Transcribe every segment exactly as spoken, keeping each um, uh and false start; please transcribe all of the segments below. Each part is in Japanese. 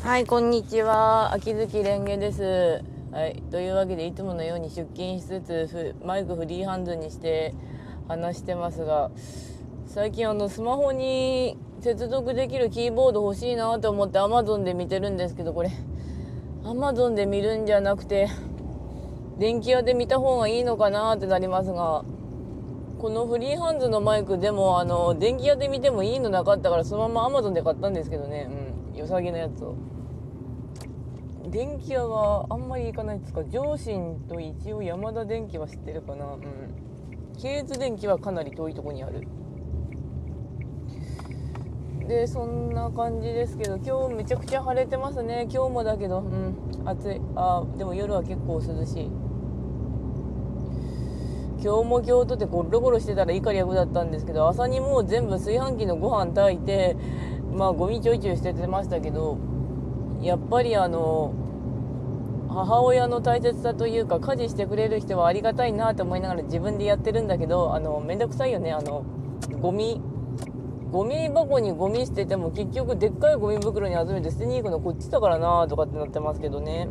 はい、こんにちは。秋月蓮華です。はい、というわけでいつものように出勤しつつマイクフリーハンドにして話してますが、最近あのスマホに接続できるキーボード欲しいなと思って Amazon で見てるんですけど、これ Amazon で見るんじゃなくて電気屋で見た方がいいのかなってなりますが、このフリーハンズのマイクでもあの電気屋で見てもいいのなかったからそのまま Amazon で買ったんですけどね、うん、良さげなやつを。電気屋はあんまり行かないですか。上信と一応山田電機は知ってるかな。うん。ケーズ電機はかなり遠いところにある。でそんな感じですけど、今日めちゃくちゃ晴れてますね。今日もだけど、うん、暑い。あ、でも夜は結構涼しい。今日も京都でゴロゴロしてたら怒り役だったんですけど、朝にもう全部炊飯器のご飯炊いて、まあゴミちょいちょい捨ててましたけど、やっぱりあの母親の大切さというか、家事してくれる人はありがたいなと思いながら自分でやってるんだけど、あのめんどくさいよね。あのゴミゴミ箱にゴミ捨てても結局でっかいゴミ袋に集めて捨てに行くのこっちだからなとかってなってますけどね。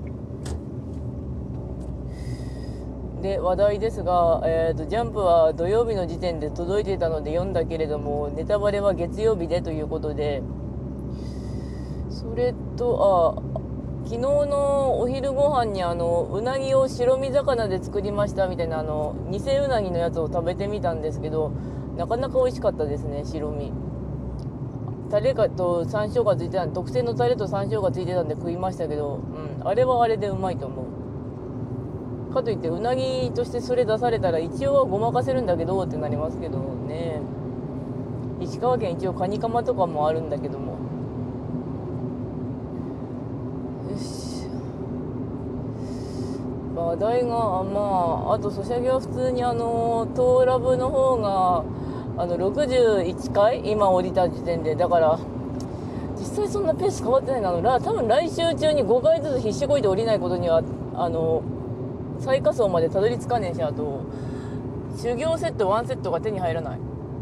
うんで話題ですが、えーと、ジャンプは土曜日の時点で届いていたので読んだけれども、ネタバレは月曜日でということで、それとあ昨日のお昼ご飯にあのうなぎを白身魚で作りましたみたいな、あの偽うなぎのやつを食べてみたんですけど、なかなか美味しかったですね。白身タレと山椒がついてたんで、特製のタレと山椒がついてたんで食いましたけど、うん、あれはあれでうまいと思う。かといってうなぎとしてそれ出されたら一応はごまかせるんだけどってなりますけどね。石川県一応カニカマとかもあるんだけども。よし、話題が、まああとソシャゲは普通にあのトーラブの方があのろくじゅういっかい今降りた時点で、だから実際そんなペース変わってないな。あの多分来週中にごかいずつ必死こいて降りないことにはあの最下層までたどり着かねえし、あと修行セットワンセットが手に入らない。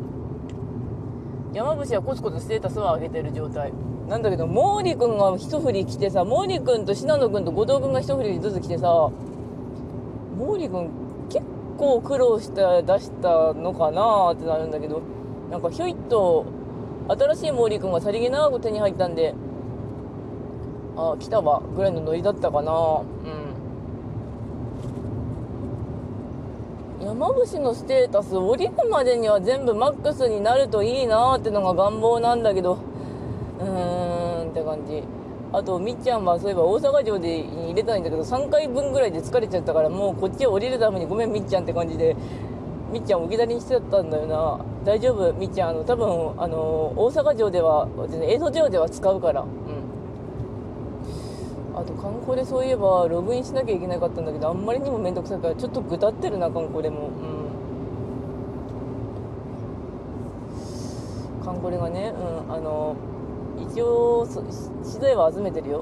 山伏はコツコツステータスは上げてる状態なんだけど、毛利君が一振り来てさ、毛利君と信濃君と後藤君が一振りずつ来てさ、毛利君結構苦労して出したのかなってなるんだけど、なんかひょいっと新しい毛利君がさりげなく手に入ったんで、あ来たわぐらいのノリだったかな。うん、山伏のステータス降りるまでには全部マックスになるといいなってのが願望なんだけど、うーんって感じ。あとみっちゃんはそういえば大阪城で入れたいんだけど、さんかいぶんぐらいで疲れちゃったから、もうこっちを降りるためにごめんみっちゃんって感じで、みっちゃん置き去りにしてたんだよな。大丈夫みっちゃん、あの多分あの大阪城では江戸城では使うから。うん、あと観光でそういえばログインしなきゃいけなかったんだけど、あんまりにもめんどくさいからちょっとぐたってるな観光でも。うん、観光がね、うん、あの一応資材は集めてるよ。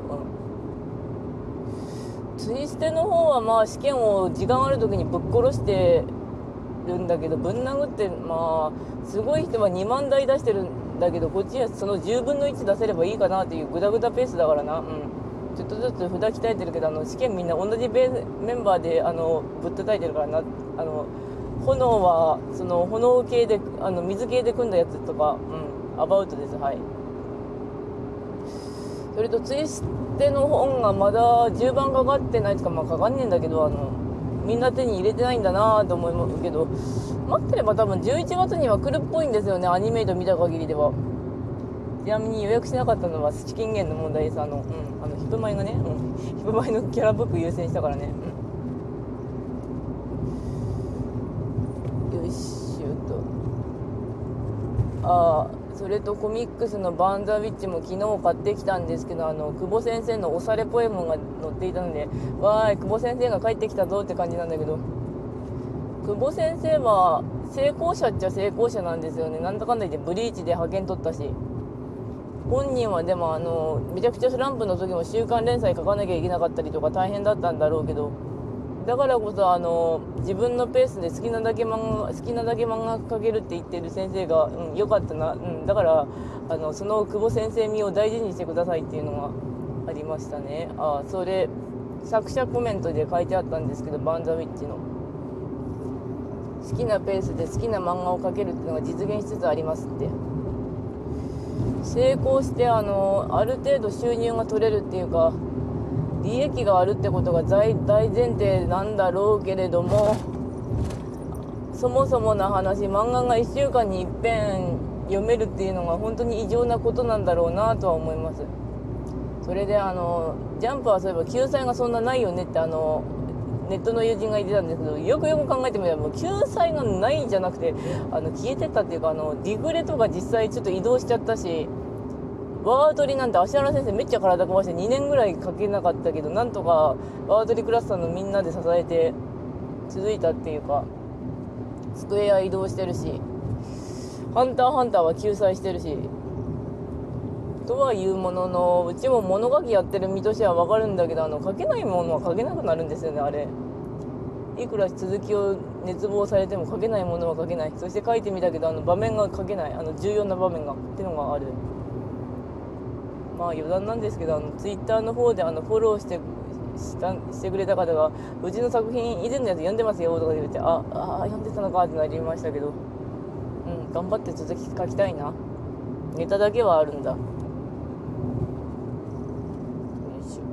うん、ツイステの方はまあ試験を時間ある時にぶっ殺してるんだけど、ぶん殴ってまあすごい人はにまんだい出してるんだけど、こっちはそのじゅうぶんのいち出せればいいかなっていうグダグダペースだからな。うん、ちょっとずつ札鍛えてるけど、あの試験みんな同じメンバーであのぶったたいてるからな。あの炎はその炎系であの水系で組んだやつとか、うん、アバウトです。はい。それとツイステの本がまだじゅうばんかかってないとか、まあかかんねえんだけど、あのみんな手に入れてないんだなと思うけど、待ってれば多分じゅういちがつには来るっぽいんですよね、アニメイト見た限りでは。ちなみに予約しなかったのは資金源の問題です。あの、うん、あのヒップマイがね、うん、ヒップマイのキャラブック優先したからね。うん、よいしょと。ああ、それとコミックスのバーンザウィッチも昨日買ってきたんですけど、あの久保先生のおされポエムが載っていたので、わーい久保先生が帰ってきたぞって感じなんだけど、久保先生は成功者っちゃ成功者なんですよね。なんだかんだ言ってブリーチで派遣取ったし、本人はでもあのめちゃくちゃスランプの時も週刊連載書かなきゃいけなかったりとか大変だったんだろうけど、 だからこそあの自分のペースで好きなだけ漫画好きなだけ漫画描けるって言ってる先生が、うん、よかったな、うん、だからあのその久保先生味を大事にしてくださいっていうのがありましたね。あ、それ作者コメントで書いてあったんですけど、バンザウィッチの好きなペースで好きな漫画を描けるっていうのが実現しつつありますって。成功してあのある程度収入が取れるっていうか利益があるってことが大前提なんだろうけれども、そもそもな話、漫画がいっしゅうかんにいっぺん読めるっていうのが本当に異常なことなんだろうなとは思います。それであのジャンプはそういえば救済がそんなないよねってあのネットの友人が言ってたんですけど、よくよく考えてみればもう救済がないんじゃなくてあの消えてったっていうか、あのリグレとか実際ちょっと移動しちゃったし、ワードリなんて芦原先生めっちゃ体壊してにねんぐらいかけなかったけど、なんとかワードリクラスターのみんなで支えて続いたっていうか、スクエア移動してるし、ハンターハンターは救済してるしとはいうものの、うちも物書きやってる身としては分かるんだけど、あの書けないものは書けなくなるんですよね。あれいくら続きを熱望されても書けないものは書けない。そして書いてみたけどあの場面が書けない、あの重要な場面がっていうのがある。まあ余談なんですけど、あのツイッターの方であのフォローしてしたしてくれた方がうちの作品以前のやつ読んでますよとか言って、ああ読んでたのかってなりましたけど、うん、頑張って続き書きたいな。ネタだけはあるんだ。よいしょ。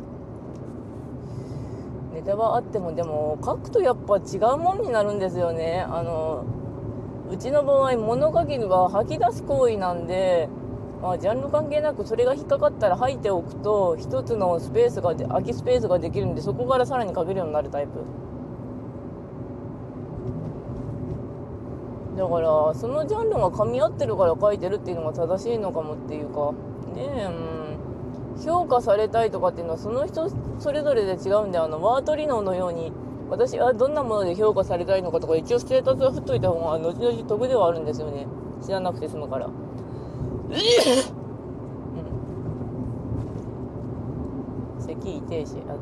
ネタはあってもでも書くとやっぱ違うもんになるんですよね。あのうちの場合物書きは吐き出す行為なんで、まあ、ジャンル関係なくそれが引っかかったら吐いておくと一つのスペースが空きスペースができるんで、そこからさらに書けるようになるタイプだから、そのジャンルが噛み合ってるから書いてるっていうのが正しいのかもっていうかねえ、うん、評価されたいとかっていうのはその人それぞれで違うんで、あのワートリノのように私はどんなもので評価されたいのかとか一応ステータスは振っといた方が後々得ではあるんですよね。知らなくて済むからうん、咳痛いし、あと、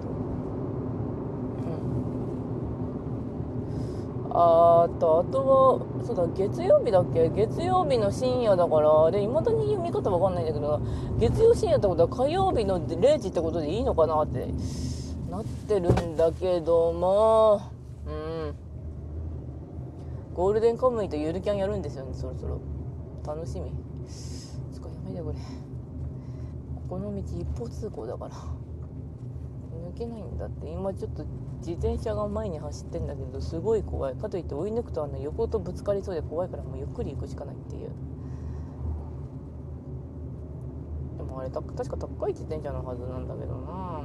うん、あとあとはそうだ、月曜日だっけ、月曜日の深夜だから、で未だに読み方わかんないんだけど、月曜深夜ってことは火曜日のれいじってことでいいのかなってなってるんだけども、うん、ゴールデンカムイとゆるキャンやるんですよね、そろそろ。楽しみ。やめてくれ。ここの道一方通行だから抜けないんだって。今ちょっと自転車が前に走ってんだけどすごい怖い。かといって追い抜くとあの横とぶつかりそうで怖いから、もうゆっくり行くしかないっていう。でもあれた確か高い自転車のはずなんだけどな。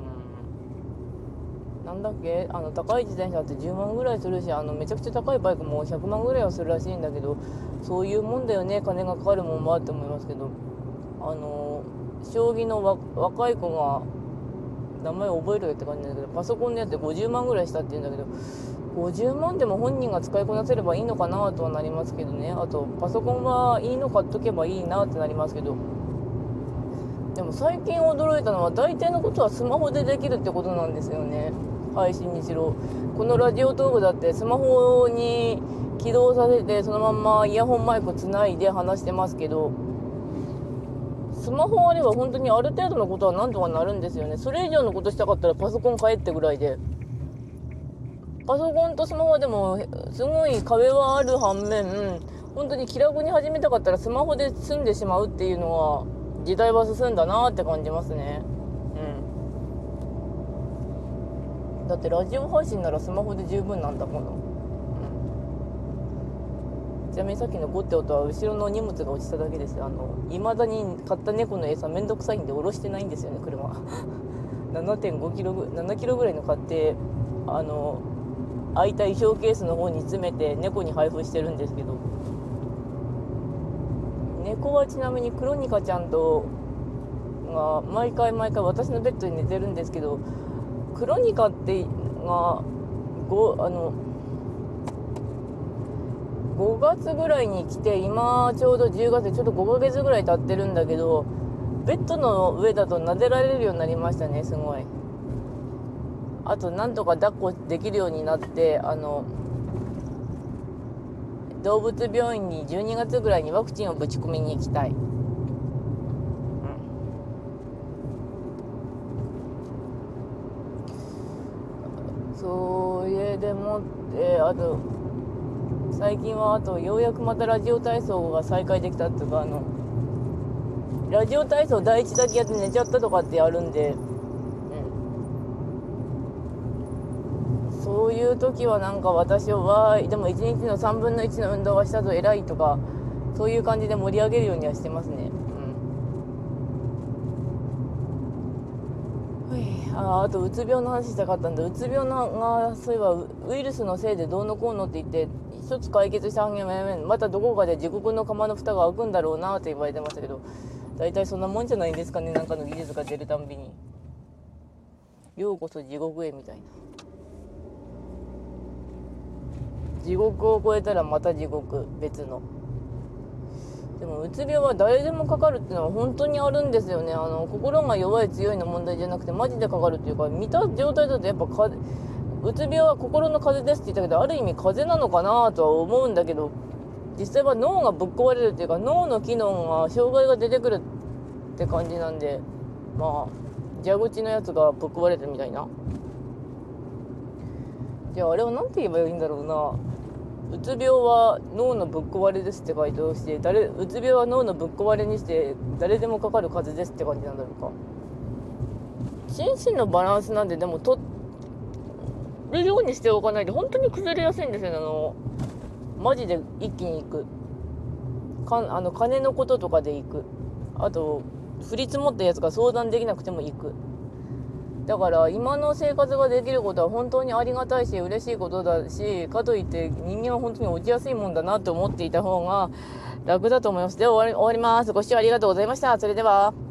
なんだっけ、あの高い自転車ってじゅうまんぐらいするし、あのめちゃくちゃ高いバイクもひゃくまんぐらいはするらしいんだけど、そういうもんだよね、金がかかるもんもあって思いますけど、あの将棋の若い子が名前覚えるよって感じなんだけど、パソコンのやつでごじゅうまんぐらいしたって言うんだけど、ごじゅうまんでも本人が使いこなせればいいのかなとはなりますけどね。あとパソコンはいいの買っとけばいいなってなりますけど、でも最近驚いたのは大抵のことはスマホでできるってことなんですよね。配信にしろこのラジオトークだってスマホに起動させてそのまんまイヤホンマイクつないで話してますけど、スマホあれば本当にある程度のことはなんとかなるんですよね。それ以上のことしたかったらパソコン買えってぐらいで、パソコンとスマホでもすごい壁はある反面、本当に気楽に始めたかったらスマホで済んでしまうっていうのは時代は進んだなって感じますね。うん、だってラジオ配信ならスマホで十分なんだもの。ちなみにさっきのゴッて音は後ろの荷物が落ちただけです。あの未だに買った猫の餌めんどくさいんで下ろしてないんですよね、車ななてんごキロななキロぐらいの買って、あの空いた衣装ケースの方に詰めて猫に配布してるんですけど、猫はちなみにクロニカちゃんとが毎回毎回私のベッドに寝てるんですけど、クロニカってがごあのごがつぐらいに来て、今ちょうどじゅうがつでちょっとごかげつぐらい経ってるんだけど、ベッドの上だと撫でられるようになりましたね。すごいあとなんとか抱っこできるようになって、あの動物病院にじゅうにがつぐらいにワクチンをぶち込みに行きたい。それでもってあと最近はあとようやくまたラジオ体操が再開できたっていうか、あのラジオ体操第一だけやって寝ちゃったとかってあるんで、うん、そういう時はなんか私はでもいちにちのさんぶんのいちの運動はしたと偉いとか、そういう感じで盛り上げるようにはしてますね。あ, あとうつ病の話したかったんで、うつ病のがそういえばウイルスのせいでどうのこうのって言って一つ解決した半減はやめん、またどこかで地獄の釜の蓋が開くんだろうなって言われてましたけど、大体そんなもんじゃないんですかね。なんかの技術が出るたんびにようこそ地獄へみたいな、地獄を越えたらまた地獄別の。でもうつ病は誰でもかかるっていうのは本当にあるんですよね。あの心が弱い強いの問題じゃなくてマジでかかるっていうか、見た状態だとやっぱかうつ病は心の風邪ですって言ったけど、ある意味風邪なのかなとは思うんだけど、実際は脳がぶっ壊れるっていうか、脳の機能が障害が出てくるって感じなんで、まあ蛇口のやつがぶっ壊れてるみたいな。じゃああれを何て言えばいいんだろうな。うつ病は脳のぶっ壊れですって書いておして、誰うつ病は脳のぶっ壊れにして誰でもかかる風邪ですって感じなんだろうか。心身のバランスなんで、でもとるようにしておかないと本当に崩れやすいんですよね。あのマジで一気に行くか、あの金のこととかで行く、あと降り積もったやつが相談できなくても行く。だから今の生活ができることは本当にありがたいし嬉しいことだし、かといって人間は本当に落ちやすいもんだなと思っていた方が楽だと思います。では終わり、終わります。ご視聴ありがとうございました。それでは。